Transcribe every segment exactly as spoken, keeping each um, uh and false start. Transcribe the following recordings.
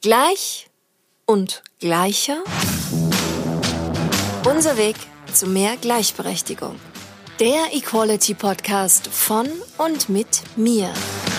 Gleich und gleicher. Unser Weg zu mehr Gleichberechtigung. Der Equality Podcast von und mit mir.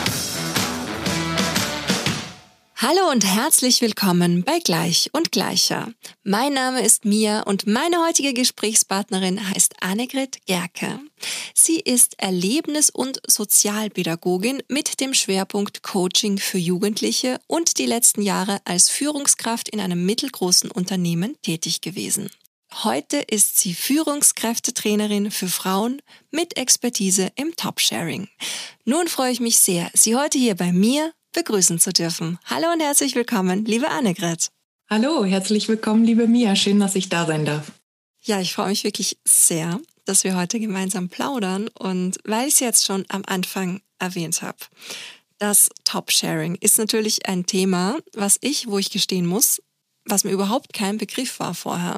Hallo und herzlich willkommen bei Gleich und Gleicher. Mein Name ist Mia und meine heutige Gesprächspartnerin heißt Annegret Gerke. Sie ist Erlebnis- und Sozialpädagogin mit dem Schwerpunkt Coaching für Jugendliche und die letzten Jahre als Führungskraft in einem mittelgroßen Unternehmen tätig gewesen. Heute ist sie Führungskräftetrainerin für Frauen mit Expertise im Top-Sharing. Nun freue ich mich sehr, Sie heute hier bei mir begrüßen zu dürfen. Hallo und herzlich willkommen, liebe Annegret. Hallo, herzlich willkommen, liebe Mia. Schön, dass ich da sein darf. Ja, ich freue mich wirklich sehr, dass wir heute gemeinsam plaudern. Und weil ich es jetzt schon am Anfang erwähnt habe, das Top-Sharing ist natürlich ein Thema, was ich, wo ich gestehen muss, was mir überhaupt kein Begriff war vorher.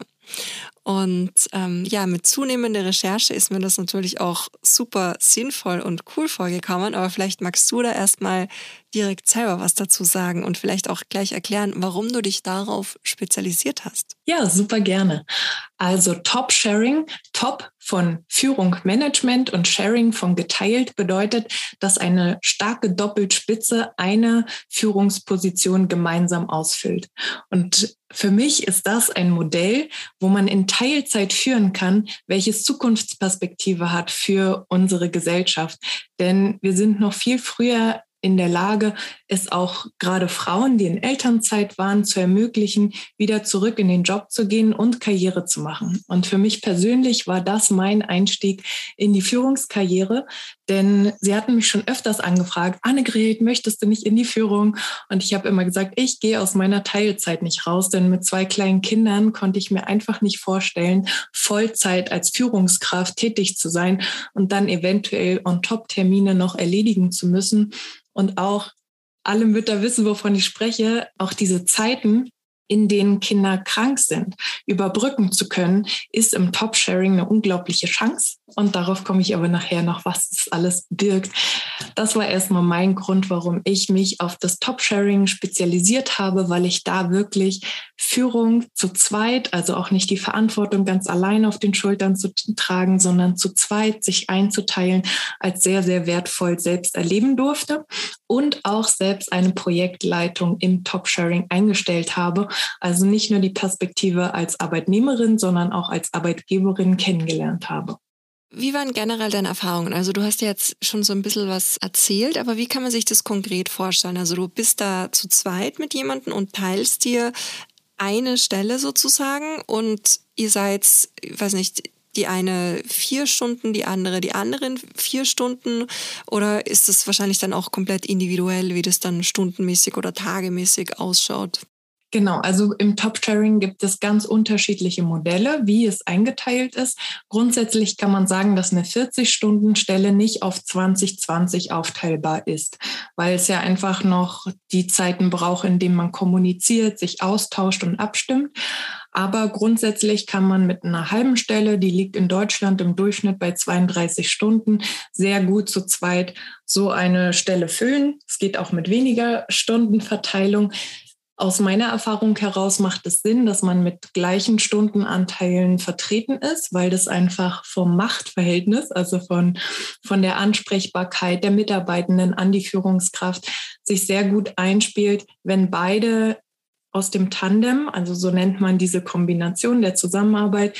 Und ähm, ja, mit zunehmender Recherche ist mir das natürlich auch super sinnvoll und cool vorgekommen. Aber vielleicht magst du da erstmal direkt selber was dazu sagen und vielleicht auch gleich erklären, warum du dich darauf spezialisiert hast. Ja, super gerne. Also Top-Sharing, Top von Führung, Management und Sharing von geteilt bedeutet, dass eine starke Doppelspitze eine Führungsposition gemeinsam ausfüllt. Und für mich ist das ein Modell, wo man in Teilzeit führen kann, welches Zukunftsperspektive hat für unsere Gesellschaft. Denn wir sind noch viel früher in der Lage, es auch gerade Frauen, die in Elternzeit waren, zu ermöglichen, wieder zurück in den Job zu gehen und Karriere zu machen. Und für mich persönlich war das mein Einstieg in die Führungskarriere, denn sie hatten mich schon öfters angefragt, Annegret, möchtest du nicht in die Führung? Und ich habe immer gesagt, ich gehe aus meiner Teilzeit nicht raus, denn mit zwei kleinen Kindern konnte ich mir einfach nicht vorstellen, Vollzeit als Führungskraft tätig zu sein und dann eventuell on top Termine noch erledigen zu müssen. Und auch alle Mütter wissen, wovon ich spreche, auch diese Zeiten, in denen Kinder krank sind, überbrücken zu können, ist im Top-Sharing eine unglaubliche Chance. Und darauf komme ich aber nachher noch, was das alles birgt. Das war erstmal mein Grund, warum ich mich auf das Top-Sharing spezialisiert habe, weil ich da wirklich Führung zu zweit, also auch nicht die Verantwortung ganz allein auf den Schultern zu tragen, sondern zu zweit sich einzuteilen, als sehr, sehr wertvoll selbst erleben durfte und auch selbst eine Projektleitung im Top-Sharing eingestellt habe. Also nicht nur die Perspektive als Arbeitnehmerin, sondern auch als Arbeitgeberin kennengelernt habe. Wie waren generell deine Erfahrungen? Also du hast ja jetzt schon so ein bisschen was erzählt, aber wie kann man sich das konkret vorstellen? Also du bist da zu zweit mit jemandem und teilst dir eine Stelle sozusagen und ihr seid, ich weiß nicht, die eine vier Stunden, die andere die anderen vier Stunden, oder ist es wahrscheinlich dann auch komplett individuell, wie das dann stundenmäßig oder tagemäßig ausschaut? Genau, also im Top-Sharing gibt es ganz unterschiedliche Modelle, wie es eingeteilt ist. Grundsätzlich kann man sagen, dass eine vierzig-Stunden-Stelle nicht auf zwanzig zwanzig aufteilbar ist, weil es ja einfach noch die Zeiten braucht, in denen man kommuniziert, sich austauscht und abstimmt. Aber grundsätzlich kann man mit einer halben Stelle, die liegt in Deutschland im Durchschnitt bei zweiunddreißig Stunden, sehr gut zu zweit so eine Stelle füllen. Es geht auch mit weniger Stundenverteilung. Aus meiner Erfahrung heraus macht es Sinn, dass man mit gleichen Stundenanteilen vertreten ist, weil das einfach vom Machtverhältnis, also von, von der Ansprechbarkeit der Mitarbeitenden an die Führungskraft, sich sehr gut einspielt, wenn beide aus dem Tandem, also so nennt man diese Kombination der Zusammenarbeit,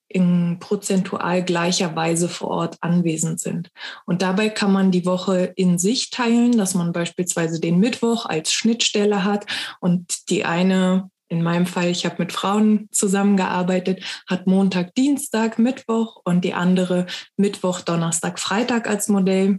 in prozentual gleicher Weise vor Ort anwesend sind. Und dabei kann man die Woche in sich teilen, dass man beispielsweise den Mittwoch als Schnittstelle hat und die eine, in meinem Fall, ich habe mit Frauen zusammengearbeitet, hat Montag, Dienstag, Mittwoch und die andere Mittwoch, Donnerstag, Freitag als Modell.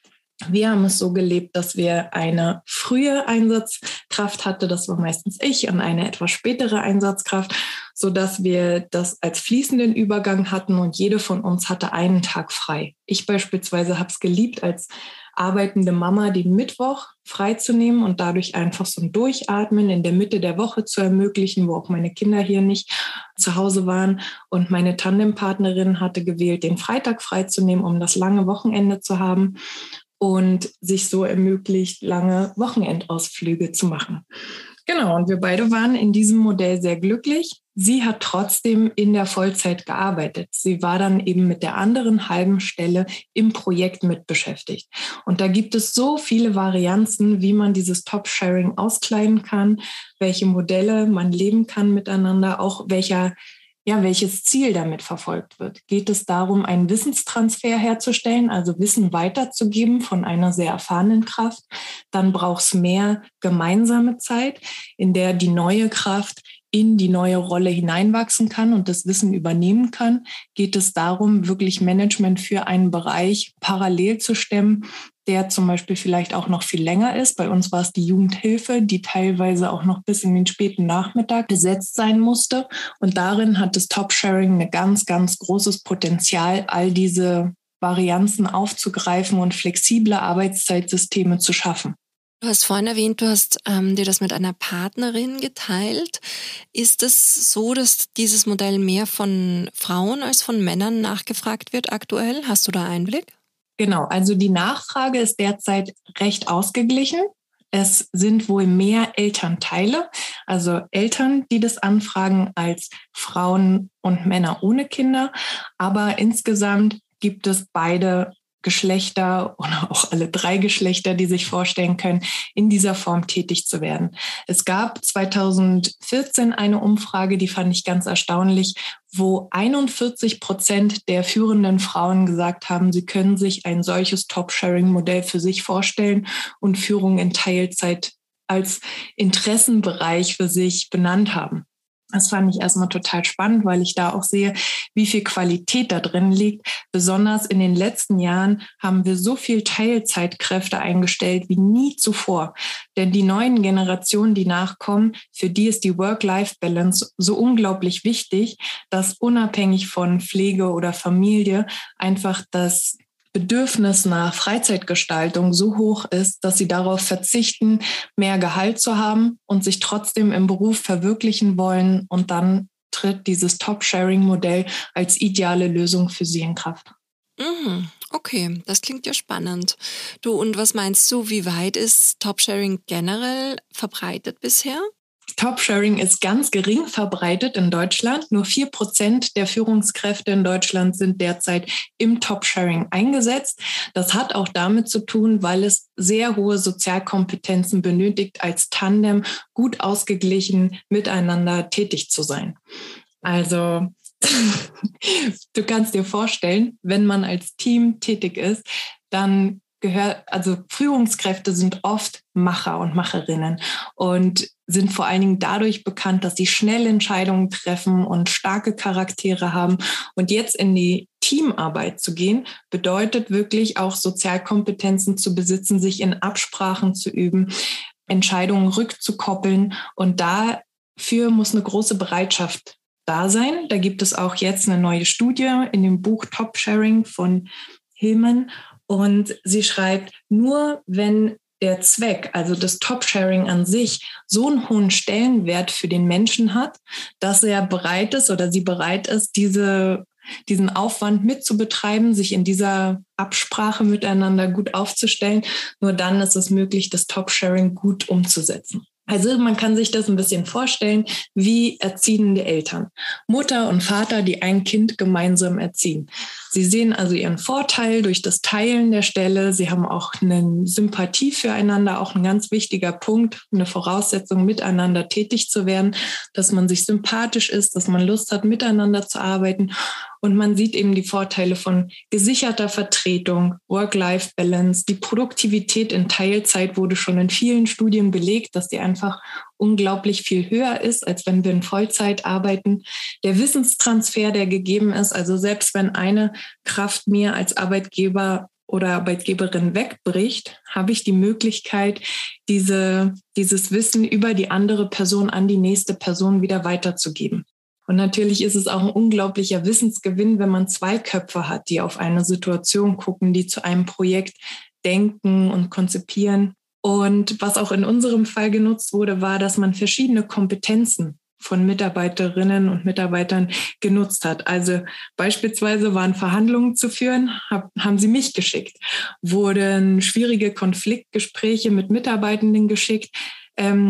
Wir haben es so gelebt, dass wir eine frühe Einsatzkraft hatte, das war meistens ich, und eine etwas spätere Einsatzkraft, sodass wir das als fließenden Übergang hatten und jede von uns hatte einen Tag frei. Ich beispielsweise habe es geliebt, als arbeitende Mama den Mittwoch freizunehmen und dadurch einfach so ein Durchatmen in der Mitte der Woche zu ermöglichen, wo auch meine Kinder hier nicht zu Hause waren. Und meine Tandempartnerin hatte gewählt, den Freitag freizunehmen, um das lange Wochenende zu haben und sich so ermöglicht, lange Wochenendausflüge zu machen. Genau, und wir beide waren in diesem Modell sehr glücklich. Sie hat trotzdem in der Vollzeit gearbeitet. Sie war dann eben mit der anderen halben Stelle im Projekt mit beschäftigt. Und da gibt es so viele Varianzen, wie man dieses Top-Sharing auskleiden kann, welche Modelle man leben kann miteinander, auch welcher Ja, welches Ziel damit verfolgt wird. Geht es darum, einen Wissenstransfer herzustellen, also Wissen weiterzugeben von einer sehr erfahrenen Kraft? Dann braucht es mehr gemeinsame Zeit, in der die neue Kraft in die neue Rolle hineinwachsen kann und das Wissen übernehmen kann. Geht es darum, wirklich Management für einen Bereich parallel zu stemmen, der zum Beispiel vielleicht auch noch viel länger ist. Bei uns war es die Jugendhilfe, die teilweise auch noch bis in den späten Nachmittag besetzt sein musste. Und darin hat das Top-Sharing ein ganz, ganz großes Potenzial, all diese Varianzen aufzugreifen und flexible Arbeitszeitsysteme zu schaffen. Du hast vorhin erwähnt, du hast ähm, dir das mit einer Partnerin geteilt. Ist es so, dass dieses Modell mehr von Frauen als von Männern nachgefragt wird aktuell? Hast du da Einblick? Genau, also die Nachfrage ist derzeit recht ausgeglichen. Es sind wohl mehr Elternteile, also Eltern, die das anfragen, als Frauen und Männer ohne Kinder. Aber insgesamt gibt es beide Geschlechter oder auch alle drei Geschlechter, die sich vorstellen können, in dieser Form tätig zu werden. Es gab zweitausendvierzehn eine Umfrage, die fand ich ganz erstaunlich, wo einundvierzig Prozent der führenden Frauen gesagt haben, sie können sich ein solches Top-Sharing-Modell für sich vorstellen und Führung in Teilzeit als Interessenbereich für sich benannt haben. Das fand ich erstmal total spannend, weil ich da auch sehe, wie viel Qualität da drin liegt. Besonders in den letzten Jahren haben wir so viel Teilzeitkräfte eingestellt wie nie zuvor. Denn die neuen Generationen, die nachkommen, für die ist die Work-Life-Balance so unglaublich wichtig, dass unabhängig von Pflege oder Familie einfach das Bedürfnis nach Freizeitgestaltung so hoch ist, dass sie darauf verzichten, mehr Gehalt zu haben und sich trotzdem im Beruf verwirklichen wollen. Und dann tritt dieses Top-Sharing-Modell als ideale Lösung für sie in Kraft. Mhm, okay, das klingt ja spannend. Du, und was meinst du, wie weit ist Top-Sharing generell verbreitet bisher? Top-Sharing ist ganz gering verbreitet in Deutschland. Nur vier Prozent der Führungskräfte in Deutschland sind derzeit im Top-Sharing eingesetzt. Das hat auch damit zu tun, weil es sehr hohe Sozialkompetenzen benötigt, als Tandem gut ausgeglichen miteinander tätig zu sein. Also du kannst dir vorstellen, wenn man als Team tätig ist, dann gehört, also Führungskräfte sind oft Macher und Macherinnen und sind vor allen Dingen dadurch bekannt, dass sie schnell Entscheidungen treffen und starke Charaktere haben. Und jetzt in die Teamarbeit zu gehen, bedeutet wirklich auch Sozialkompetenzen zu besitzen, sich in Absprachen zu üben, Entscheidungen rückzukoppeln. Und dafür muss eine große Bereitschaft da sein. Da gibt es auch jetzt eine neue Studie in dem Buch Top Sharing von Hillman. Und sie schreibt, nur wenn der Zweck, also das Top-Sharing an sich, so einen hohen Stellenwert für den Menschen hat, dass er bereit ist oder sie bereit ist, diese, diesen Aufwand mitzubetreiben, sich in dieser Absprache miteinander gut aufzustellen, nur dann ist es möglich, das Top-Sharing gut umzusetzen. Also man kann sich das ein bisschen vorstellen wie erziehende Eltern. Mutter und Vater, die ein Kind gemeinsam erziehen. Sie sehen also ihren Vorteil durch das Teilen der Stelle. Sie haben auch eine Sympathie füreinander, auch ein ganz wichtiger Punkt, eine Voraussetzung, miteinander tätig zu werden, dass man sich sympathisch ist, dass man Lust hat, miteinander zu arbeiten. Und man sieht eben die Vorteile von gesicherter Vertretung, Work-Life-Balance. Die Produktivität in Teilzeit wurde schon in vielen Studien belegt, dass die einfach unglaublich viel höher ist, als wenn wir in Vollzeit arbeiten. Der Wissenstransfer, der gegeben ist, also selbst wenn eine Kraft mir als Arbeitgeber oder Arbeitgeberin wegbricht, habe ich die Möglichkeit, diese, dieses Wissen über die andere Person an die nächste Person wieder weiterzugeben. Und natürlich ist es auch ein unglaublicher Wissensgewinn, wenn man zwei Köpfe hat, die auf eine Situation gucken, die zu einem Projekt denken und konzipieren. Und was auch in unserem Fall genutzt wurde, war, dass man verschiedene Kompetenzen von Mitarbeiterinnen und Mitarbeitern genutzt hat. Also beispielsweise waren Verhandlungen zu führen, hab, haben sie mich geschickt. Wurden schwierige Konfliktgespräche mit Mitarbeitenden geschickt. Ähm,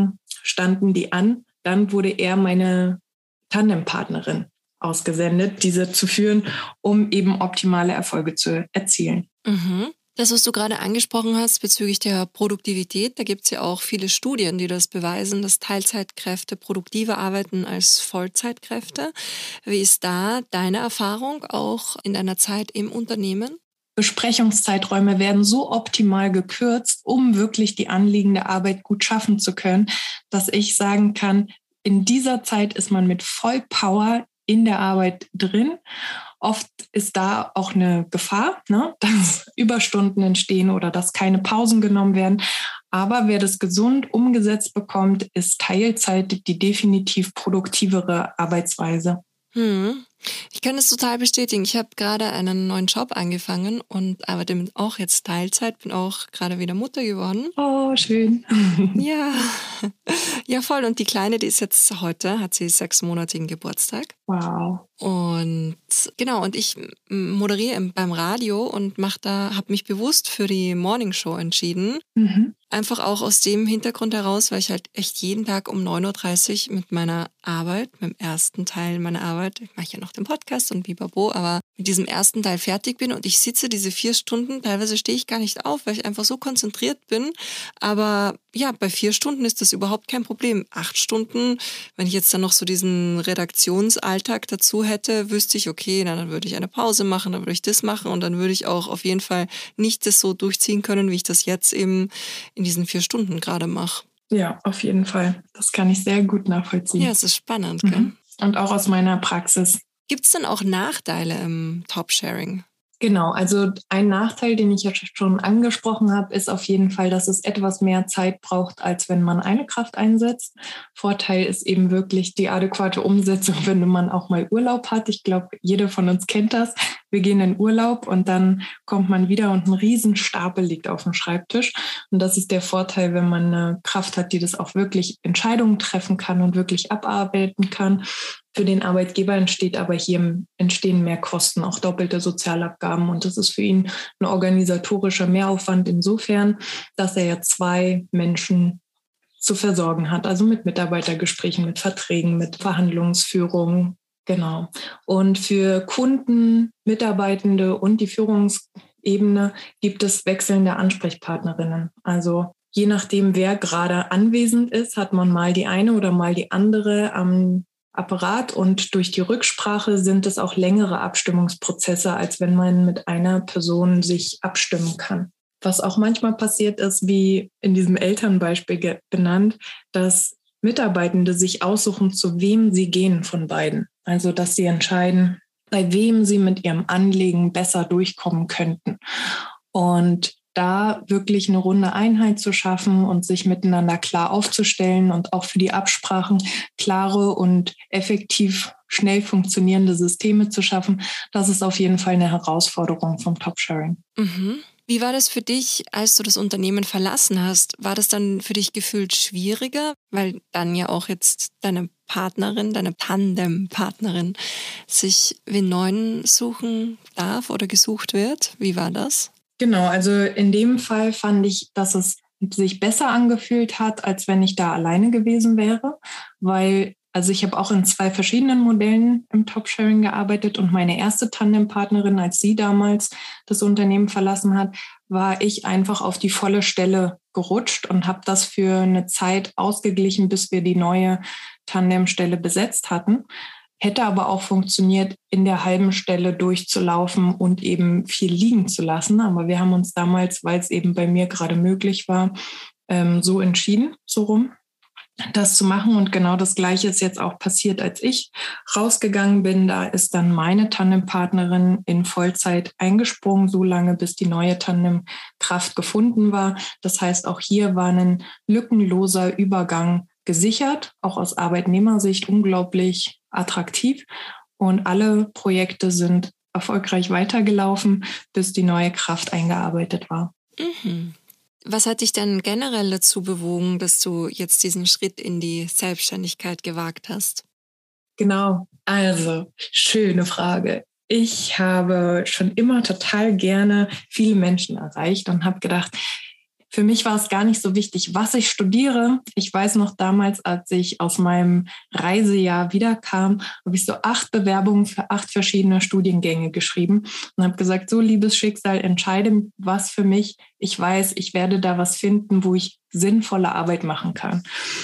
standen die an. Dann wurde er meine Tandempartnerin ausgesendet, diese zu führen, um eben optimale Erfolge zu erzielen. Mhm. Das, was du gerade angesprochen hast bezüglich der Produktivität, da gibt es ja auch viele Studien, die das beweisen, dass Teilzeitkräfte produktiver arbeiten als Vollzeitkräfte. Wie ist da deine Erfahrung auch in deiner Zeit im Unternehmen? Besprechungszeiträume werden so optimal gekürzt, um wirklich die anliegende Arbeit gut schaffen zu können, dass ich sagen kann, in dieser Zeit ist man mit Vollpower in der Arbeit drin. Oft ist da auch eine Gefahr, ne, dass Überstunden entstehen oder dass keine Pausen genommen werden. Aber wer das gesund umgesetzt bekommt, ist Teilzeit die definitiv produktivere Arbeitsweise. Hm. Ich kann es total bestätigen. Ich habe gerade einen neuen Job angefangen und arbeite auch jetzt Teilzeit, bin auch gerade wieder Mutter geworden. Oh, schön. Ja, ja voll. Und die Kleine, die ist jetzt heute, hat sie sechsmonatigen Geburtstag. Wow. Und genau, und ich moderiere beim Radio und mach da, habe mich bewusst für die Morning Show entschieden. Mhm. Einfach auch aus dem Hintergrund heraus, weil ich halt echt jeden Tag um neun Uhr dreißig mit meiner Arbeit, mit dem ersten Teil meiner Arbeit, ich mache ja noch den Podcast und bibabo, aber mit diesem ersten Teil fertig bin und ich sitze diese vier Stunden, teilweise stehe ich gar nicht auf, weil ich einfach so konzentriert bin. Aber ja, bei vier Stunden ist das überhaupt kein Problem. Acht Stunden, wenn ich jetzt dann noch so diesen Redaktionsalltag dazu hätte, wüsste ich, okay, na, dann würde ich eine Pause machen, dann würde ich das machen und dann würde ich auch auf jeden Fall nicht das so durchziehen können, wie ich das jetzt eben in diesen vier Stunden gerade mache. Ja, auf jeden Fall. Das kann ich sehr gut nachvollziehen. Ja, es ist spannend, mhm. gell? Und auch aus meiner Praxis. Gibt es denn auch Nachteile im Top-Sharing? Genau, also ein Nachteil, den ich ja schon angesprochen habe, ist auf jeden Fall, dass es etwas mehr Zeit braucht, als wenn man eine Kraft einsetzt. Vorteil ist eben wirklich die adäquate Umsetzung, wenn man auch mal Urlaub hat. Ich glaube, jeder von uns kennt das. Wir gehen in Urlaub und dann kommt man wieder und ein Riesenstapel liegt auf dem Schreibtisch. Und das ist der Vorteil, wenn man eine Kraft hat, die das auch wirklich Entscheidungen treffen kann und wirklich abarbeiten kann. Für den Arbeitgeber entsteht aber hier entstehen mehr Kosten, auch doppelte Sozialabgaben. Und das ist für ihn ein organisatorischer Mehraufwand insofern, dass er ja zwei Menschen zu versorgen hat. Also mit Mitarbeitergesprächen, mit Verträgen, mit Verhandlungsführung. Genau. Und für Kunden, Mitarbeitende und die Führungsebene gibt es wechselnde Ansprechpartnerinnen. Also je nachdem, wer gerade anwesend ist, hat man mal die eine oder mal die andere am Apparat und durch die Rücksprache sind es auch längere Abstimmungsprozesse, als wenn man mit einer Person sich abstimmen kann. Was auch manchmal passiert ist, wie in diesem Elternbeispiel ge- benannt, dass Mitarbeitende sich aussuchen, zu wem sie gehen von beiden. Also, dass sie entscheiden, bei wem sie mit ihrem Anliegen besser durchkommen könnten. Und da wirklich eine runde Einheit zu schaffen und sich miteinander klar aufzustellen und auch für die Absprachen klare und effektiv schnell funktionierende Systeme zu schaffen, das ist auf jeden Fall eine Herausforderung vom Top-Sharing. Mhm. Wie war das für dich, als du das Unternehmen verlassen hast? War das dann für dich gefühlt schwieriger, weil dann ja auch jetzt deine Partnerin, deine Tandempartnerin sich wen neuen suchen darf oder gesucht wird? Wie war das? Genau, also in dem Fall fand ich, dass es sich besser angefühlt hat, als wenn ich da alleine gewesen wäre, weil also ich habe auch in zwei verschiedenen Modellen im Top-Sharing gearbeitet und meine erste Tandempartnerin, als sie damals das Unternehmen verlassen hat, war ich einfach auf die volle Stelle gerutscht und habe das für eine Zeit ausgeglichen, bis wir die neue Tandemstelle besetzt hatten. Hätte aber auch funktioniert, in der halben Stelle durchzulaufen und eben viel liegen zu lassen. Aber wir haben uns damals, weil es eben bei mir gerade möglich war, so entschieden, so rum, das zu machen. Und genau das Gleiche ist jetzt auch passiert, als ich rausgegangen bin. Da ist dann meine Tandempartnerin in Vollzeit eingesprungen, so lange, bis die neue Tandemkraft gefunden war. Das heißt, auch hier war ein lückenloser Übergang gesichert, auch aus Arbeitnehmersicht unglaublich attraktiv. Und alle Projekte sind erfolgreich weitergelaufen, bis die neue Kraft eingearbeitet war. Mhm. Was hat dich denn generell dazu bewogen, dass du jetzt diesen Schritt in die Selbstständigkeit gewagt hast? Genau, also schöne Frage. Ich habe schon immer total gerne viele Menschen erreicht und habe gedacht, für mich war es gar nicht so wichtig, was ich studiere. Ich weiß noch damals, als ich aus meinem Reisejahr wiederkam, habe ich so acht Bewerbungen für acht verschiedene Studiengänge geschrieben und habe gesagt, so liebes Schicksal, entscheide was für mich. Ich weiß, ich werde da was finden, wo ich sinnvolle Arbeit machen kann.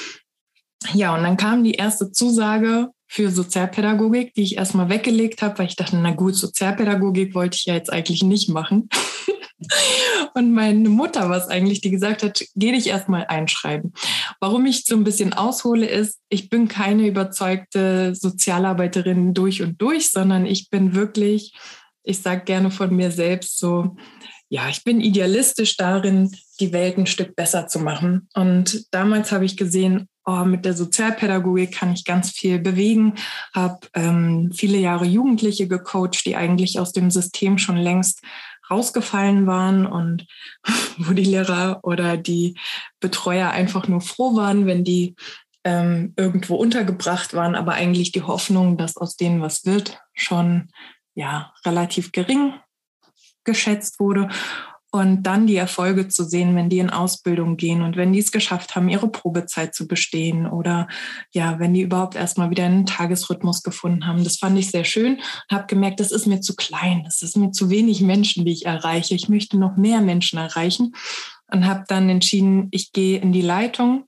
Ja, und dann kam die erste Zusage für Sozialpädagogik, die ich erstmal weggelegt habe, weil ich dachte, na gut, Sozialpädagogik wollte ich ja jetzt eigentlich nicht machen. Und meine Mutter war es eigentlich, die gesagt hat, geh dich erstmal einschreiben. Warum ich so ein bisschen aushole, ist, ich bin keine überzeugte Sozialarbeiterin durch und durch, sondern ich bin wirklich, ich sage gerne von mir selbst so, ja, ich bin idealistisch darin, die Welt ein Stück besser zu machen. Und damals habe ich gesehen, oh, mit der Sozialpädagogik kann ich ganz viel bewegen, habe ähm, viele Jahre Jugendliche gecoacht, die eigentlich aus dem System schon längst rausgefallen waren und wo die Lehrer oder die Betreuer einfach nur froh waren, wenn die ähm, irgendwo untergebracht waren, aber eigentlich die Hoffnung, dass aus denen was wird, schon ja relativ gering geschätzt wurde. Und dann die Erfolge zu sehen, wenn die in Ausbildung gehen und wenn die es geschafft haben, ihre Probezeit zu bestehen oder ja, wenn die überhaupt erstmal wieder einen Tagesrhythmus gefunden haben. Das fand ich sehr schön und habe gemerkt, das ist mir zu klein, das ist mir zu wenig Menschen, die ich erreiche. Ich möchte noch mehr Menschen erreichen und habe dann entschieden, ich gehe in die Leitung,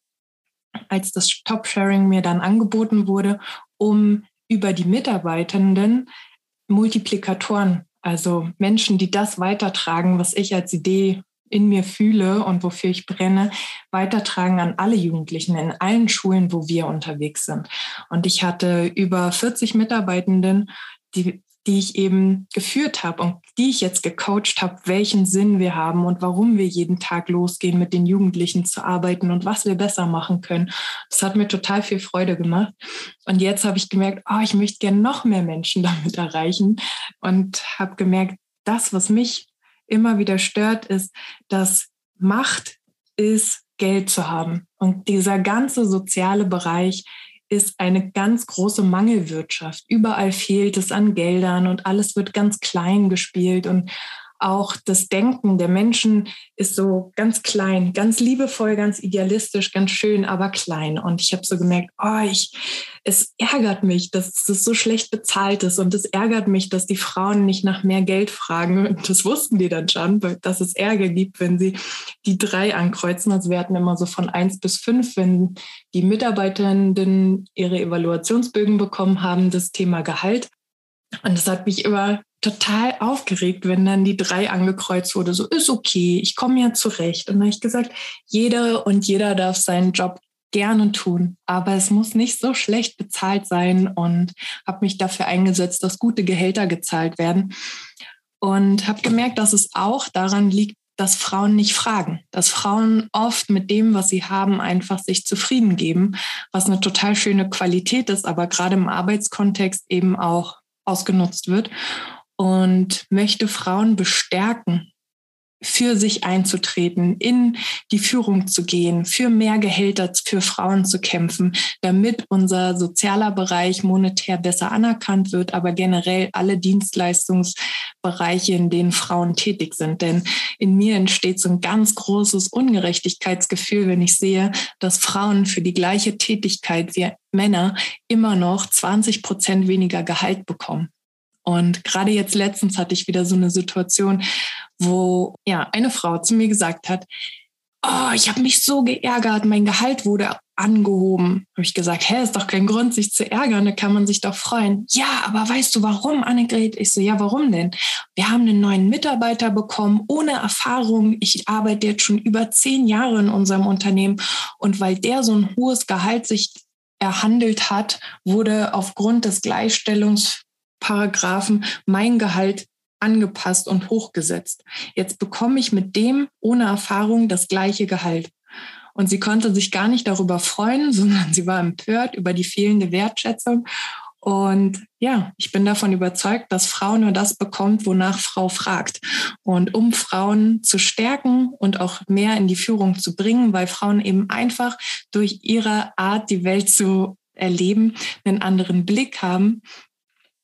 als das Top-Sharing mir dann angeboten wurde, um über die Mitarbeitenden Multiplikatoren, also Menschen, die das weitertragen, was ich als Idee in mir fühle und wofür ich brenne, weitertragen an alle Jugendlichen in allen Schulen, wo wir unterwegs sind. Und ich hatte über vierzig Mitarbeitenden, die, die ich eben geführt habe und die ich jetzt gecoacht habe, welchen Sinn wir haben und warum wir jeden Tag losgehen, mit den Jugendlichen zu arbeiten und was wir besser machen können. Das hat mir total viel Freude gemacht. Und jetzt habe ich gemerkt, oh, ich möchte gerne noch mehr Menschen damit erreichen und habe gemerkt, das, was mich immer wieder stört, ist, dass Macht ist, Geld zu haben. Und dieser ganze soziale Bereich ist eine ganz große Mangelwirtschaft. Überall fehlt es an Geldern und alles wird ganz klein gespielt und auch das Denken der Menschen ist so ganz klein, ganz liebevoll, ganz idealistisch, ganz schön, aber klein. Und ich habe so gemerkt, oh, ich, es ärgert mich, dass es so schlecht bezahlt ist und es ärgert mich, dass die Frauen nicht nach mehr Geld fragen. Und das wussten die dann schon, dass es Ärger gibt, wenn sie die drei ankreuzen. Also wir hatten immer so von eins bis fünf, wenn die Mitarbeitenden ihre Evaluationsbögen bekommen haben, das Thema Gehalt. Und das hat mich immer total aufgeregt, wenn dann die drei angekreuzt wurde. So, ist okay, ich komme ja zurecht. Und dann habe ich gesagt, jede und jeder darf seinen Job gerne tun, aber es muss nicht so schlecht bezahlt sein und habe mich dafür eingesetzt, dass gute Gehälter gezahlt werden. Und habe gemerkt, dass es auch daran liegt, dass Frauen nicht fragen, dass Frauen oft mit dem, was sie haben, einfach sich zufrieden geben, was eine total schöne Qualität ist, aber gerade im Arbeitskontext eben auch ausgenutzt wird, und möchte Frauen bestärken, für sich einzutreten, in die Führung zu gehen, für mehr Gehälter für Frauen zu kämpfen, damit unser sozialer Bereich monetär besser anerkannt wird, aber generell alle Dienstleistungsbereiche, in denen Frauen tätig sind. Denn in mir entsteht so ein ganz großes Ungerechtigkeitsgefühl, wenn ich sehe, dass Frauen für die gleiche Tätigkeit wie Männer immer noch zwanzig Prozent weniger Gehalt bekommen. Und gerade jetzt letztens hatte ich wieder so eine Situation, wo ja eine Frau zu mir gesagt hat, oh, ich habe mich so geärgert, mein Gehalt wurde angehoben. Habe ich gesagt, hä, ist doch kein Grund, sich zu ärgern, da kann man sich doch freuen. Ja, aber weißt du warum, Annegret? Ich so, ja, warum denn? Wir haben einen neuen Mitarbeiter bekommen, ohne Erfahrung. Ich arbeite jetzt schon über zehn Jahre in unserem Unternehmen und weil der so ein hohes Gehalt sich erhandelt hat, wurde aufgrund des Gleichstellungs Paragraphen mein Gehalt angepasst und hochgesetzt. Jetzt bekomme ich mit dem ohne Erfahrung das gleiche Gehalt. Und sie konnte sich gar nicht darüber freuen, sondern sie war empört über die fehlende Wertschätzung. Und ja, ich bin davon überzeugt, dass Frau nur das bekommt, wonach Frau fragt. Und um Frauen zu stärken und auch mehr in die Führung zu bringen, weil Frauen eben einfach durch ihre Art, die Welt zu erleben, einen anderen Blick haben,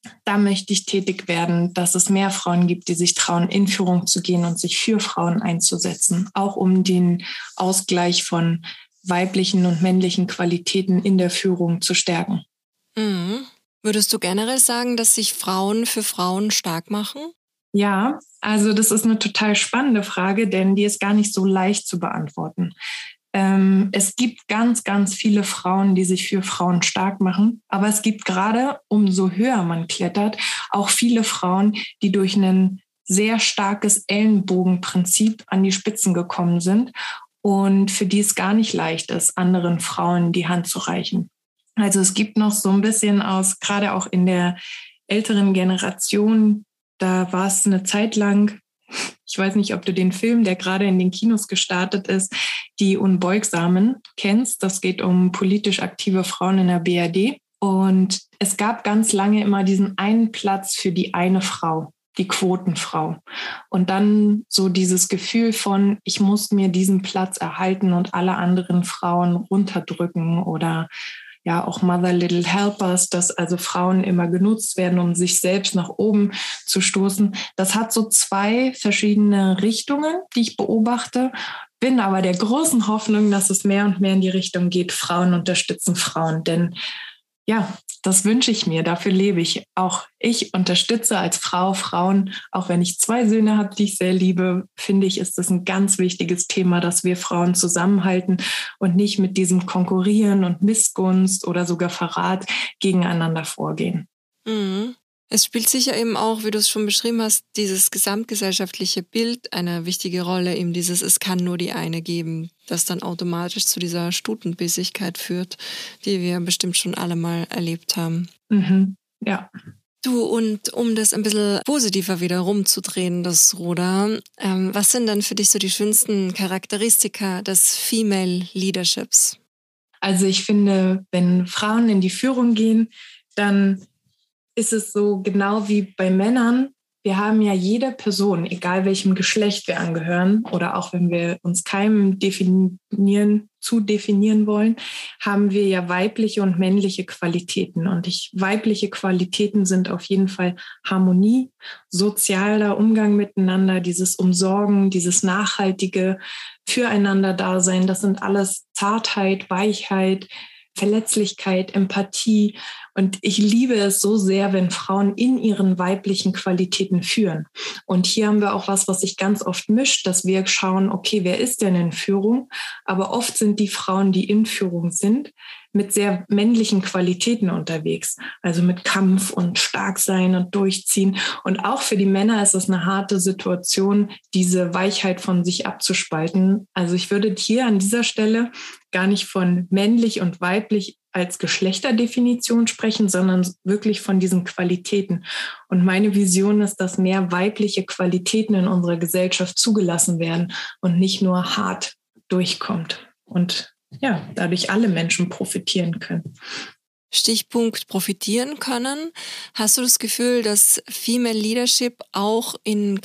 Da möchte ich tätig werden, dass es mehr Frauen gibt, die sich trauen, in Führung zu gehen und sich für Frauen einzusetzen, auch um den Ausgleich von weiblichen und männlichen Qualitäten in der Führung zu stärken. Mhm. Würdest du generell sagen, dass sich Frauen für Frauen stark machen? Ja, also das ist eine total spannende Frage, denn die ist gar nicht so leicht zu beantworten. Ähm, es gibt ganz, ganz viele Frauen, die sich für Frauen stark machen. Aber es gibt gerade, umso höher man klettert, auch viele Frauen, die durch ein sehr starkes Ellenbogenprinzip an die Spitzen gekommen sind und für die es gar nicht leicht ist, anderen Frauen die Hand zu reichen. Also es gibt noch so ein bisschen aus, gerade auch in der älteren Generation, da war es eine Zeit lang, ich weiß nicht, ob du den Film, der gerade in den Kinos gestartet ist, Die Unbeugsamen, kennst. Das geht um politisch aktive Frauen in der B R D. Und es gab ganz lange immer diesen einen Platz für die eine Frau, die Quotenfrau. Und dann so dieses Gefühl von, ich muss mir diesen Platz erhalten und alle anderen Frauen runterdrücken oder ja auch Mother Little Helpers, dass also Frauen immer genutzt werden, um sich selbst nach oben zu stoßen. Das hat so zwei verschiedene Richtungen, die ich beobachte, bin aber der großen Hoffnung, dass es mehr und mehr in die Richtung geht, Frauen unterstützen Frauen. Denn ja, das wünsche ich mir, dafür lebe ich. Auch ich unterstütze als Frau Frauen, auch wenn ich zwei Söhne habe, die ich sehr liebe, finde ich, ist das ein ganz wichtiges Thema, dass wir Frauen zusammenhalten und nicht mit diesem Konkurrieren und Missgunst oder sogar Verrat gegeneinander vorgehen. Mhm. Es spielt sicher eben auch, wie du es schon beschrieben hast, dieses gesamtgesellschaftliche Bild eine wichtige Rolle, eben dieses Es kann nur die eine geben, das dann automatisch zu dieser Stutenbissigkeit führt, die wir bestimmt schon alle mal erlebt haben. Mhm. Ja. Du, und um das ein bisschen positiver wieder rumzudrehen, das Ruder, ähm, was sind dann für dich so die schönsten Charakteristika des Female Leaderships? Also ich finde, wenn Frauen in die Führung gehen, dann ist es so genau wie bei Männern. Wir haben ja jede Person, egal welchem Geschlecht wir angehören oder auch wenn wir uns keinem definieren, zu definieren wollen, haben wir ja weibliche und männliche Qualitäten. Und ich, weibliche Qualitäten sind auf jeden Fall Harmonie, sozialer Umgang miteinander, dieses Umsorgen, dieses nachhaltige Füreinander-Dasein. Das sind alles Zartheit, Weichheit, Verletzlichkeit, Empathie. Und ich liebe es so sehr, wenn Frauen in ihren weiblichen Qualitäten führen. Und hier haben wir auch was, was sich ganz oft mischt, dass wir schauen, okay, wer ist denn in Führung? Aber oft sind die Frauen, die in Führung sind, mit sehr männlichen Qualitäten unterwegs. Also mit Kampf und stark sein und durchziehen. Und auch für die Männer ist es eine harte Situation, diese Weichheit von sich abzuspalten. Also ich würde hier an dieser Stelle gar nicht von männlich und weiblich als Geschlechterdefinition sprechen, sondern wirklich von diesen Qualitäten. Und meine Vision ist, dass mehr weibliche Qualitäten in unserer Gesellschaft zugelassen werden und nicht nur hart durchkommt und ja, dadurch alle Menschen profitieren können. Stichpunkt profitieren können. Hast du das Gefühl, dass Female Leadership auch in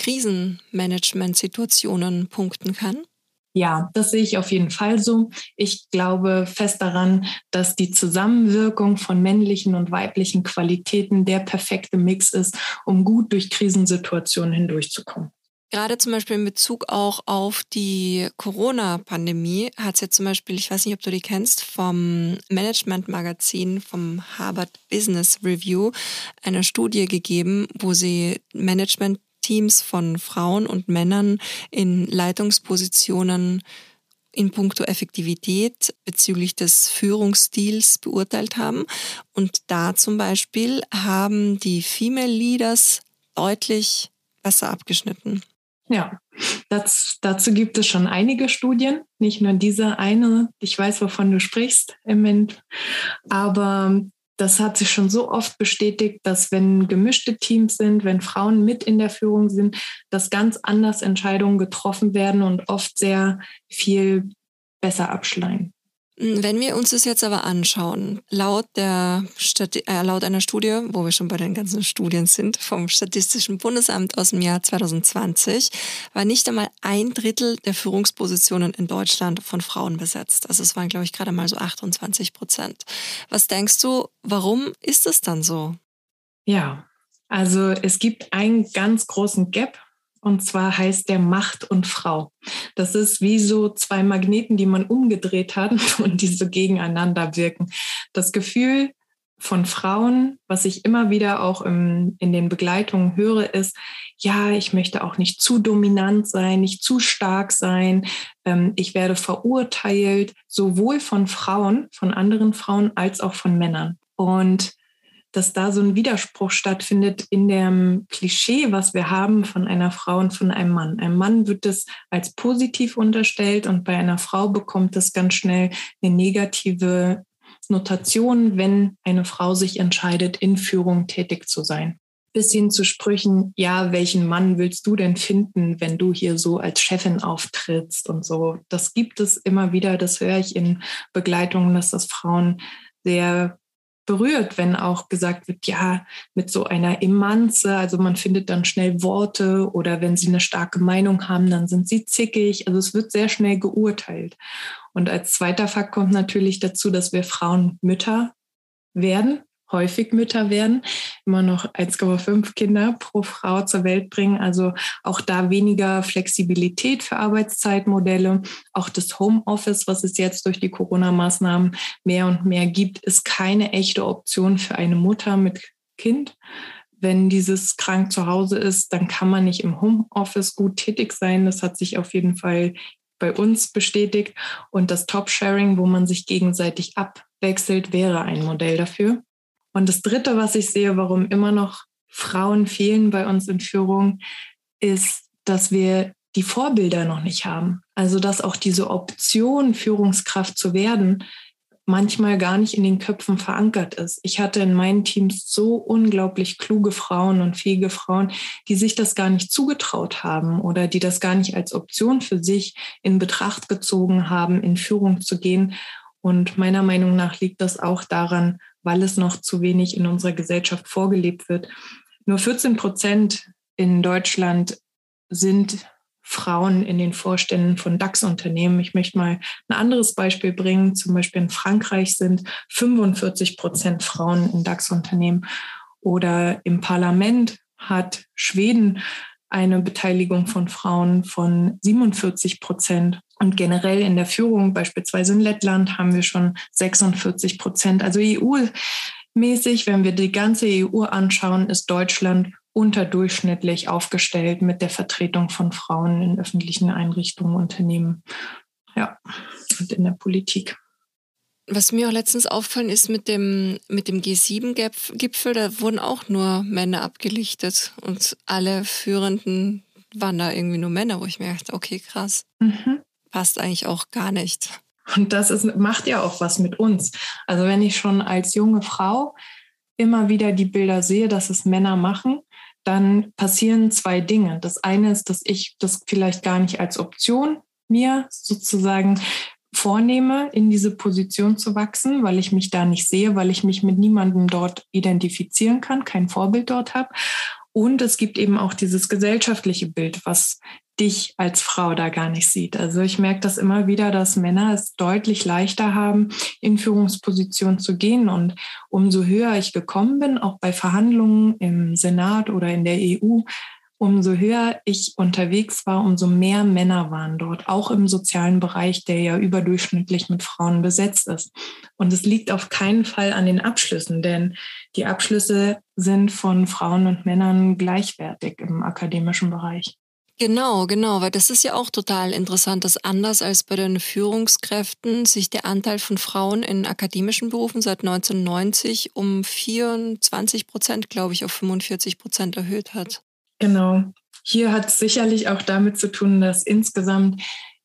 Krisenmanagement-Situationen punkten kann? Ja, das sehe ich auf jeden Fall so. Ich glaube fest daran, dass die Zusammenwirkung von männlichen und weiblichen Qualitäten der perfekte Mix ist, um gut durch Krisensituationen hindurchzukommen. Gerade zum Beispiel in Bezug auch auf die Corona-Pandemie hat es ja zum Beispiel, ich weiß nicht, ob du die kennst, vom Management-Magazin, vom Harvard Business Review, eine Studie gegeben, wo sie Management-Teams von Frauen und Männern in Leitungspositionen in puncto Effektivität bezüglich des Führungsstils beurteilt haben. Und da zum Beispiel haben die Female Leaders deutlich besser abgeschnitten. Ja, das, dazu gibt es schon einige Studien, nicht nur diese eine. Ich weiß, wovon du sprichst, Moment. Aber das hat sich schon so oft bestätigt, dass wenn gemischte Teams sind, wenn Frauen mit in der Führung sind, dass ganz anders Entscheidungen getroffen werden und oft sehr viel besser abschneiden. Wenn wir uns das jetzt aber anschauen, laut, der Stati- äh, laut einer Studie, wo wir schon bei den ganzen Studien sind, vom Statistischen Bundesamt aus dem Jahr zwanzig zwanzig, war nicht einmal ein Drittel der Führungspositionen in Deutschland von Frauen besetzt. Also es waren, glaube ich, gerade mal so achtundzwanzig Prozent. Was denkst du, warum ist es dann so? Ja, also es gibt einen ganz großen Gap. Und zwar heißt der Macht und Frau. Das ist wie so zwei Magneten, die man umgedreht hat und die so gegeneinander wirken. Das Gefühl von Frauen, was ich immer wieder auch im, in den Begleitungen höre, ist, ja, ich möchte auch nicht zu dominant sein, nicht zu stark sein. Ähm, ich werde verurteilt, sowohl von Frauen, von anderen Frauen, als auch von Männern. Und dass da so ein Widerspruch stattfindet in dem Klischee, was wir haben von einer Frau und von einem Mann. Einem Mann wird es als positiv unterstellt und bei einer Frau bekommt es ganz schnell eine negative Notation, wenn eine Frau sich entscheidet, in Führung tätig zu sein. Bis hin zu Sprüchen, ja, welchen Mann willst du denn finden, wenn du hier so als Chefin auftrittst und so. Das gibt es immer wieder, das höre ich in Begleitungen, dass das Frauen sehr berührt, wenn auch gesagt wird, ja, mit so einer Emanze, also man findet dann schnell Worte oder wenn sie eine starke Meinung haben, dann sind sie zickig. Also es wird sehr schnell geurteilt. Und als zweiter Fakt kommt natürlich dazu, dass wir Frauen Mütter werden, häufig Mütter werden, immer noch eins Komma fünf Kinder pro Frau zur Welt bringen. Also auch da weniger Flexibilität für Arbeitszeitmodelle. Auch das Homeoffice, was es jetzt durch die Corona-Maßnahmen mehr und mehr gibt, ist keine echte Option für eine Mutter mit Kind. Wenn dieses krank zu Hause ist, dann kann man nicht im Homeoffice gut tätig sein. Das hat sich auf jeden Fall bei uns bestätigt. Und das Top-Sharing, wo man sich gegenseitig abwechselt, wäre ein Modell dafür. Und das Dritte, was ich sehe, warum immer noch Frauen fehlen bei uns in Führung, ist, dass wir die Vorbilder noch nicht haben. Also dass auch diese Option, Führungskraft zu werden, manchmal gar nicht in den Köpfen verankert ist. Ich hatte in meinen Teams so unglaublich kluge Frauen und fähige Frauen, die sich das gar nicht zugetraut haben oder die das gar nicht als Option für sich in Betracht gezogen haben, in Führung zu gehen. Und meiner Meinung nach liegt das auch daran, weil es noch zu wenig in unserer Gesellschaft vorgelebt wird. Nur vierzehn Prozent in Deutschland sind Frauen in den Vorständen von DAX-Unternehmen. Ich möchte mal ein anderes Beispiel bringen. Zum Beispiel in Frankreich sind fünfundvierzig Prozent Frauen in DAX-Unternehmen. Oder im Parlament hat Schweden eine Beteiligung von Frauen von siebenundvierzig Prozent. Und generell in der Führung, beispielsweise in Lettland, haben wir schon sechsundvierzig Prozent. Also E U-mäßig, wenn wir die ganze E U anschauen, ist Deutschland unterdurchschnittlich aufgestellt mit der Vertretung von Frauen in öffentlichen Einrichtungen, Unternehmen, ja, und in der Politik. Was mir auch letztens auffallen ist mit dem, mit dem G sieben Gipfel, da wurden auch nur Männer abgelichtet und alle Führenden waren da irgendwie nur Männer, wo ich mir dachte, okay, krass, mhm. Passt eigentlich auch gar nicht. Und das ist, macht ja auch was mit uns. Also wenn ich schon als junge Frau immer wieder die Bilder sehe, dass es Männer machen, dann passieren zwei Dinge. Das eine ist, dass ich das vielleicht gar nicht als Option mir sozusagen vornehme, in diese Position zu wachsen, weil ich mich da nicht sehe, weil ich mich mit niemandem dort identifizieren kann, kein Vorbild dort habe. Und es gibt eben auch dieses gesellschaftliche Bild, was dich als Frau da gar nicht sieht. Also ich merke das immer wieder, dass Männer es deutlich leichter haben, in Führungspositionen zu gehen. Und umso höher ich gekommen bin, auch bei Verhandlungen im Senat oder in der E U, umso höher ich unterwegs war, umso mehr Männer waren dort, auch im sozialen Bereich, der ja überdurchschnittlich mit Frauen besetzt ist. Und es liegt auf keinen Fall an den Abschlüssen, denn die Abschlüsse sind von Frauen und Männern gleichwertig im akademischen Bereich. Genau, genau, weil das ist ja auch total interessant, dass anders als bei den Führungskräften sich der Anteil von Frauen in akademischen Berufen seit neunzehnhundertneunzig um vierundzwanzig Prozent, glaube ich, auf fünfundvierzig Prozent erhöht hat. Genau. Hier hat es sicherlich auch damit zu tun, dass insgesamt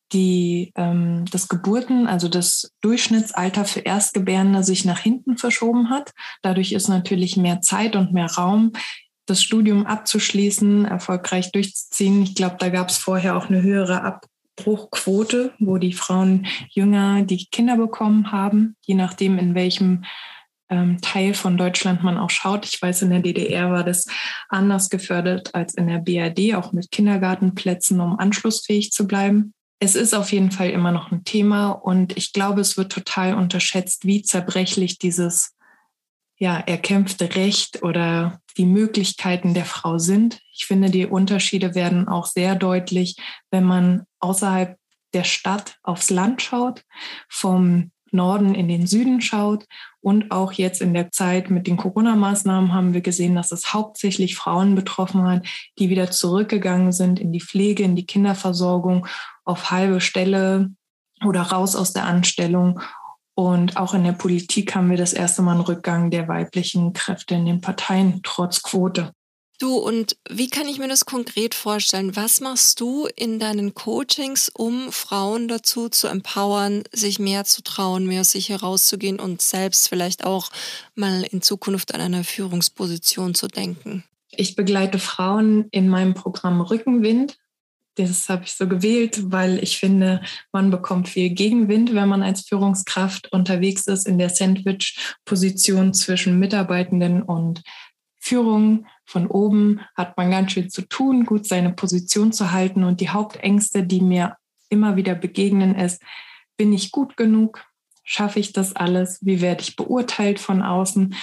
die, ähm, das Geburten, also das Durchschnittsalter für Erstgebärende sich nach hinten verschoben hat. Dadurch ist natürlich mehr Zeit und mehr Raum, das Studium abzuschließen, erfolgreich durchzuziehen. Ich glaube, da gab es vorher auch eine höhere Abbruchquote, wo die Frauen jünger die Kinder bekommen haben, je nachdem, in welchem ähm, Teil von Deutschland man auch schaut. Ich weiß, in der D D R war das anders gefördert als in der B R D, auch mit Kindergartenplätzen, um anschlussfähig zu bleiben. Es ist auf jeden Fall immer noch ein Thema und ich glaube, es wird total unterschätzt, wie zerbrechlich dieses ja, erkämpfte Recht oder die Möglichkeiten der Frau sind. Ich finde, die Unterschiede werden auch sehr deutlich, wenn man außerhalb der Stadt aufs Land schaut, vom Norden in den Süden schaut. Und auch jetzt in der Zeit mit den Corona-Maßnahmen haben wir gesehen, dass es hauptsächlich Frauen betroffen hat, die wieder zurückgegangen sind in die Pflege, in die Kinderversorgung, auf halbe Stelle oder raus aus der Anstellung. Und auch in der Politik haben wir das erste Mal einen Rückgang der weiblichen Kräfte in den Parteien, trotz Quote. Du, und wie kann ich mir das konkret vorstellen? Was machst du in deinen Coachings, um Frauen dazu zu empowern, sich mehr zu trauen, mehr aus sich herauszugehen und selbst vielleicht auch mal in Zukunft an einer Führungsposition zu denken? Ich begleite Frauen in meinem Programm Rückenwind. Das habe ich so gewählt, weil ich finde, man bekommt viel Gegenwind, wenn man als Führungskraft unterwegs ist in der Sandwich-Position zwischen Mitarbeitenden und Führung. Von oben hat man ganz schön zu tun, gut seine Position zu halten. Und die Hauptängste, die mir immer wieder begegnen, ist, bin ich gut genug? Schaffe ich das alles? Wie werde ich beurteilt von außen?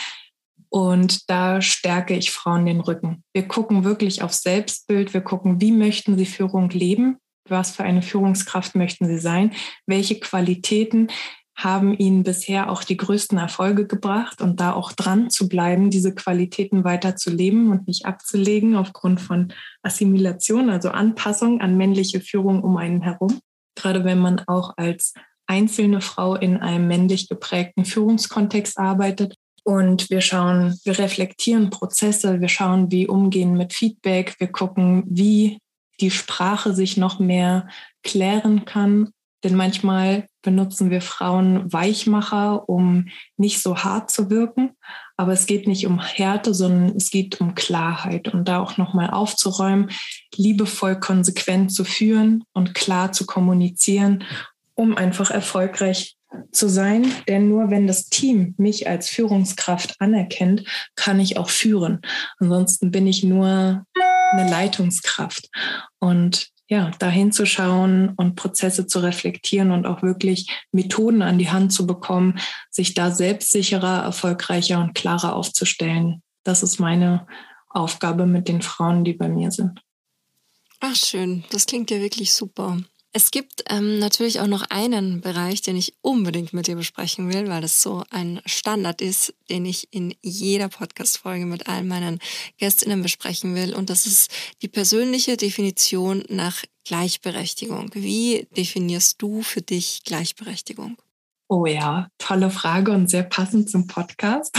Und da stärke ich Frauen den Rücken. Wir gucken wirklich aufs Selbstbild. Wir gucken, wie möchten sie Führung leben? Was für eine Führungskraft möchten sie sein? Welche Qualitäten haben ihnen bisher auch die größten Erfolge gebracht? Und da auch dran zu bleiben, diese Qualitäten weiter zu leben und nicht abzulegen aufgrund von Assimilation, also Anpassung an männliche Führung um einen herum. Gerade wenn man auch als einzelne Frau in einem männlich geprägten Führungskontext arbeitet. Und wir schauen, wir reflektieren Prozesse, wir schauen, wie umgehen mit Feedback, wir gucken, wie die Sprache sich noch mehr klären kann. Denn manchmal benutzen wir Frauen Weichmacher, um nicht so hart zu wirken. Aber es geht nicht um Härte, sondern es geht um Klarheit. Und da auch nochmal aufzuräumen, liebevoll konsequent zu führen und klar zu kommunizieren, um einfach erfolgreich zu sein, denn nur wenn das Team mich als Führungskraft anerkennt, kann ich auch führen. Ansonsten bin ich nur eine Leitungskraft. Und ja, dahin zu schauen und Prozesse zu reflektieren und auch wirklich Methoden an die Hand zu bekommen, sich da selbstsicherer, erfolgreicher und klarer aufzustellen. Das ist meine Aufgabe mit den Frauen, die bei mir sind. Ach schön, das klingt ja wirklich super. Es gibt ähm, natürlich auch noch einen Bereich, den ich unbedingt mit dir besprechen will, weil das so ein Standard ist, den ich in jeder Podcast-Folge mit allen meinen Gästinnen besprechen will. Und das ist die persönliche Definition nach Gleichberechtigung. Wie definierst du für dich Gleichberechtigung? Oh ja, tolle Frage und sehr passend zum Podcast.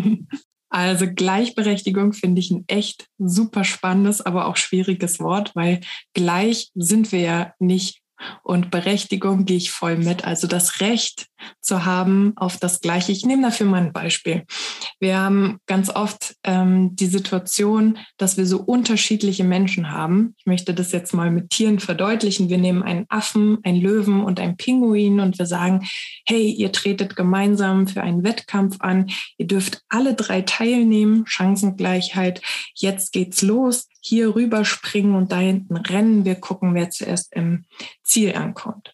Also Gleichberechtigung finde ich ein echt super spannendes, aber auch schwieriges Wort, weil gleich sind wir ja nicht. Und Berechtigung gehe ich voll mit. Also das Recht zu haben auf das Gleiche. Ich nehme dafür mal ein Beispiel. Wir haben ganz oft ähm, die Situation, dass wir so unterschiedliche Menschen haben. Ich möchte das jetzt mal mit Tieren verdeutlichen. Wir nehmen einen Affen, einen Löwen und einen Pinguin und wir sagen, hey, ihr tretet gemeinsam für einen Wettkampf an. Ihr dürft alle drei teilnehmen. Chancengleichheit. Jetzt geht's los. Hier rüberspringen und da hinten rennen. Wir gucken, wer zuerst im Ziel ankommt.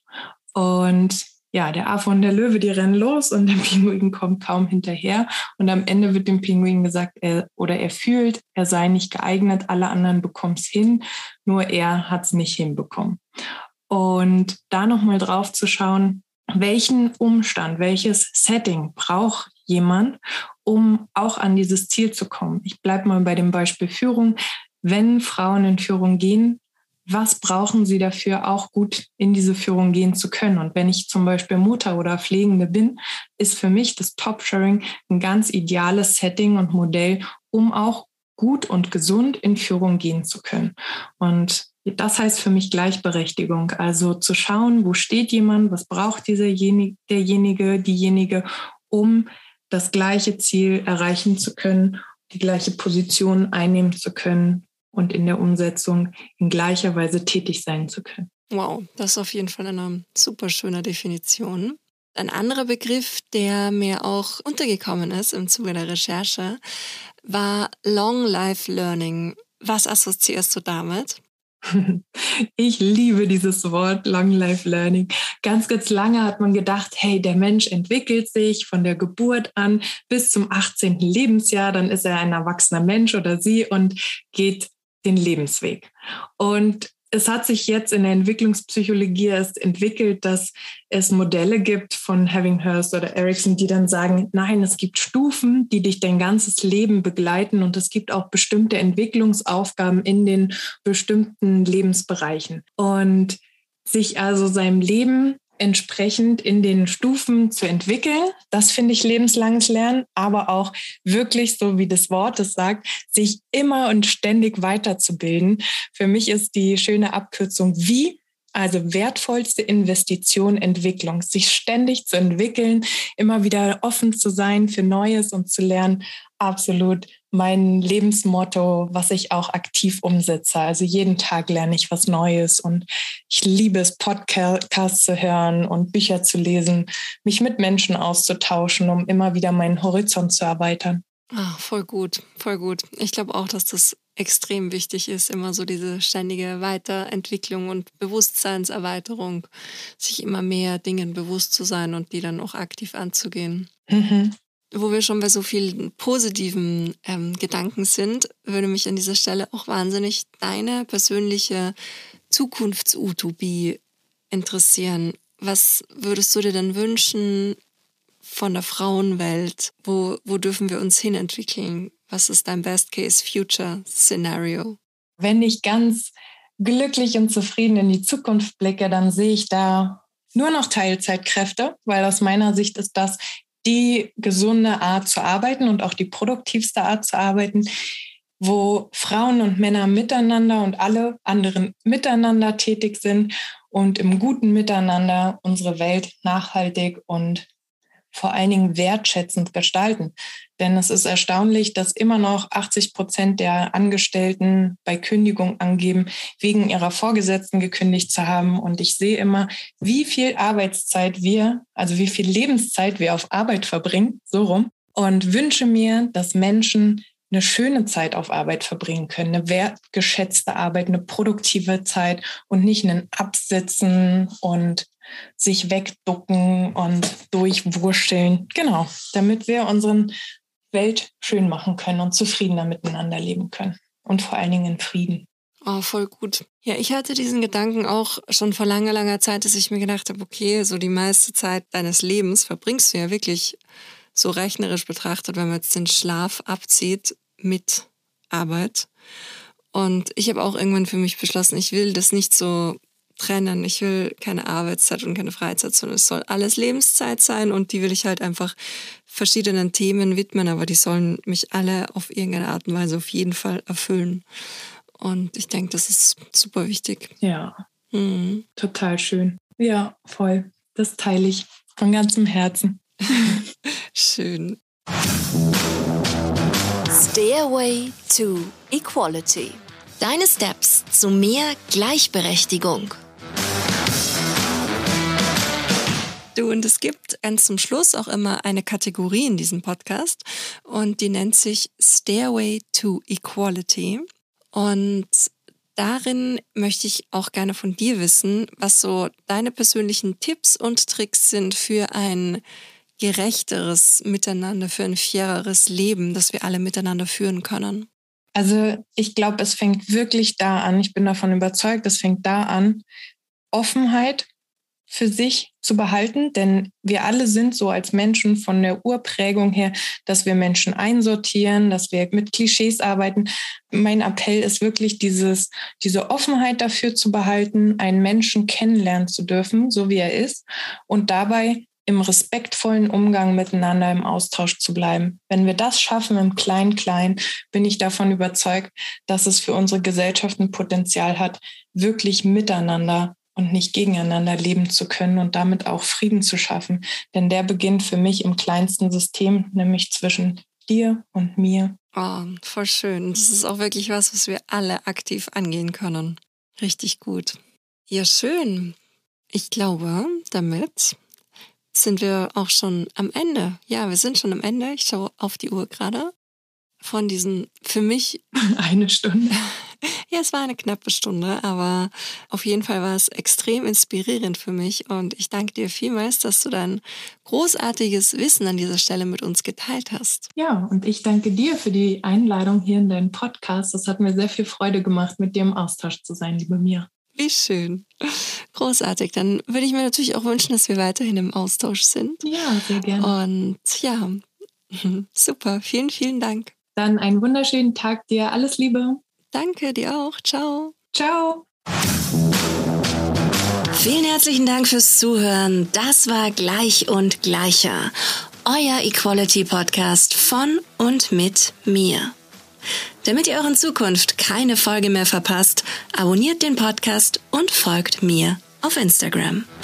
Und ja, der Affe und der Löwe, die rennen los und der Pinguin kommt kaum hinterher. Und am Ende wird dem Pinguin gesagt, er oder er fühlt, er sei nicht geeignet, alle anderen bekommen es hin, nur er hat es nicht hinbekommen. Und da nochmal drauf zu schauen, welchen Umstand, welches Setting braucht jemand, um auch an dieses Ziel zu kommen. Ich bleibe mal bei dem Beispiel Führung. Wenn Frauen in Führung gehen, was brauchen sie dafür, auch gut in diese Führung gehen zu können? Und wenn ich zum Beispiel Mutter oder Pflegende bin, ist für mich das Top-Sharing ein ganz ideales Setting und Modell, um auch gut und gesund in Führung gehen zu können. Und das heißt für mich Gleichberechtigung. Also zu schauen, wo steht jemand, was braucht dieserjenige, derjenige, diejenige, um das gleiche Ziel erreichen zu können, die gleiche Position einnehmen zu können und in der Umsetzung in gleicher Weise tätig sein zu können. Wow, das ist auf jeden Fall eine super schöne Definition. Ein anderer Begriff, der mir auch untergekommen ist im Zuge der Recherche, war Long Life Learning. Was assoziierst du damit? Ich liebe dieses Wort Long Life Learning. Ganz, ganz lange hat man gedacht, hey, der Mensch entwickelt sich von der Geburt an bis zum achtzehnten Lebensjahr, dann ist er ein erwachsener Mensch oder sie und geht den Lebensweg. Und es hat sich jetzt in der Entwicklungspsychologie erst entwickelt, dass es Modelle gibt von Ebbinghaus oder Erickson, die dann sagen, nein, es gibt Stufen, die dich dein ganzes Leben begleiten und es gibt auch bestimmte Entwicklungsaufgaben in den bestimmten Lebensbereichen. Und sich also seinem Leben entsprechend in den Stufen zu entwickeln, das finde ich lebenslanges Lernen, aber auch wirklich, so wie das Wort es sagt, sich immer und ständig weiterzubilden. Für mich ist die schöne Abkürzung wie, also wertvollste Investition Entwicklung, sich ständig zu entwickeln, immer wieder offen zu sein für Neues und zu lernen, absolut mein Lebensmotto, was ich auch aktiv umsetze. Also jeden Tag lerne ich was Neues und ich liebe es, Podcasts zu hören und Bücher zu lesen, mich mit Menschen auszutauschen, um immer wieder meinen Horizont zu erweitern. Ach, voll gut, voll gut. Ich glaube auch, dass das extrem wichtig ist, immer so diese ständige Weiterentwicklung und Bewusstseinserweiterung, sich immer mehr Dingen bewusst zu sein und die dann auch aktiv anzugehen. Mhm. Wo wir schon bei so vielen positiven ähm, Gedanken sind, würde mich an dieser Stelle auch wahnsinnig deine persönliche Zukunftsutopie interessieren. Was würdest du dir denn wünschen von der Frauenwelt? Wo, wo dürfen wir uns hinentwickeln? Was ist dein Best-Case-Future-Szenario? Wenn ich ganz glücklich und zufrieden in die Zukunft blicke, dann sehe ich da nur noch Teilzeitkräfte, weil aus meiner Sicht ist das die gesunde Art zu arbeiten und auch die produktivste Art zu arbeiten, wo Frauen und Männer miteinander und alle anderen miteinander tätig sind und im guten Miteinander unsere Welt nachhaltig und vor allen Dingen wertschätzend gestalten. Denn es ist erstaunlich, dass immer noch achtzig Prozent der Angestellten bei Kündigung angeben, wegen ihrer Vorgesetzten gekündigt zu haben. Und ich sehe immer, wie viel Arbeitszeit wir, also wie viel Lebenszeit wir auf Arbeit verbringen, so rum. Und wünsche mir, dass Menschen eine schöne Zeit auf Arbeit verbringen können, eine wertgeschätzte Arbeit, eine produktive Zeit und nicht einen Absitzen und sich wegducken und durchwurschteln. Genau, damit wir unsere Welt schön machen können und zufriedener miteinander leben können. Und vor allen Dingen in Frieden. Oh, voll gut. Ja, ich hatte diesen Gedanken auch schon vor langer, langer Zeit, dass ich mir gedacht habe, okay, so die meiste Zeit deines Lebens verbringst du ja wirklich so rechnerisch betrachtet, wenn man jetzt den Schlaf abzieht, mit Arbeit. Und ich habe auch irgendwann für mich beschlossen, ich will das nicht so trennen. Ich will keine Arbeitszeit und keine Freizeit, sondern es soll alles Lebenszeit sein und die will ich halt einfach verschiedenen Themen widmen, aber die sollen mich alle auf irgendeine Art und Weise auf jeden Fall erfüllen. Und ich denke, das ist super wichtig. Ja, mhm. Total schön. Ja, voll. Das teile ich von ganzem Herzen. Schön. Stairway to Equality. Deine Steps zu mehr Gleichberechtigung. Du, und es gibt ganz zum Schluss auch immer eine Kategorie in diesem Podcast und die nennt sich Stairway to Equality. Und darin möchte ich auch gerne von dir wissen, was so deine persönlichen Tipps und Tricks sind für ein gerechteres Miteinander, für ein faireres Leben, das wir alle miteinander führen können. Also ich glaube, es fängt wirklich da an, ich bin davon überzeugt, es fängt da an, Offenheit für sich zu behalten, denn wir alle sind so als Menschen von der Urprägung her, dass wir Menschen einsortieren, dass wir mit Klischees arbeiten. Mein Appell ist wirklich, dieses, diese Offenheit dafür zu behalten, einen Menschen kennenlernen zu dürfen, so wie er ist, und dabei im respektvollen Umgang miteinander im Austausch zu bleiben. Wenn wir das schaffen im Klein-Klein, bin ich davon überzeugt, dass es für unsere Gesellschaft ein Potenzial hat, wirklich miteinander und nicht gegeneinander leben zu können und damit auch Frieden zu schaffen. Denn der beginnt für mich im kleinsten System, nämlich zwischen dir und mir. Oh, voll schön. Das ist auch wirklich was, was wir alle aktiv angehen können. Richtig gut. Ja, schön. Ich glaube, damit sind wir auch schon am Ende. Ja, wir sind schon am Ende. Ich schaue auf die Uhr gerade. Von diesen, für mich... Eine Stunde. Ja, es war eine knappe Stunde, aber auf jeden Fall war es extrem inspirierend für mich und ich danke dir vielmals, dass du dein großartiges Wissen an dieser Stelle mit uns geteilt hast. Ja, und ich danke dir für die Einladung hier in deinen Podcast. Das hat mir sehr viel Freude gemacht, mit dir im Austausch zu sein, liebe Mia. Wie schön. Großartig. Dann würde ich mir natürlich auch wünschen, dass wir weiterhin im Austausch sind. Ja, sehr gerne. Und ja, super. Vielen, vielen Dank. Dann einen wunderschönen Tag dir. Alles Liebe. Danke, dir auch. Ciao. Ciao. Vielen herzlichen Dank fürs Zuhören. Das war Gleich und Gleicher, euer Equality-Podcast von und mit mir. Damit ihr auch in Zukunft keine Folge mehr verpasst, abonniert den Podcast und folgt mir auf Instagram.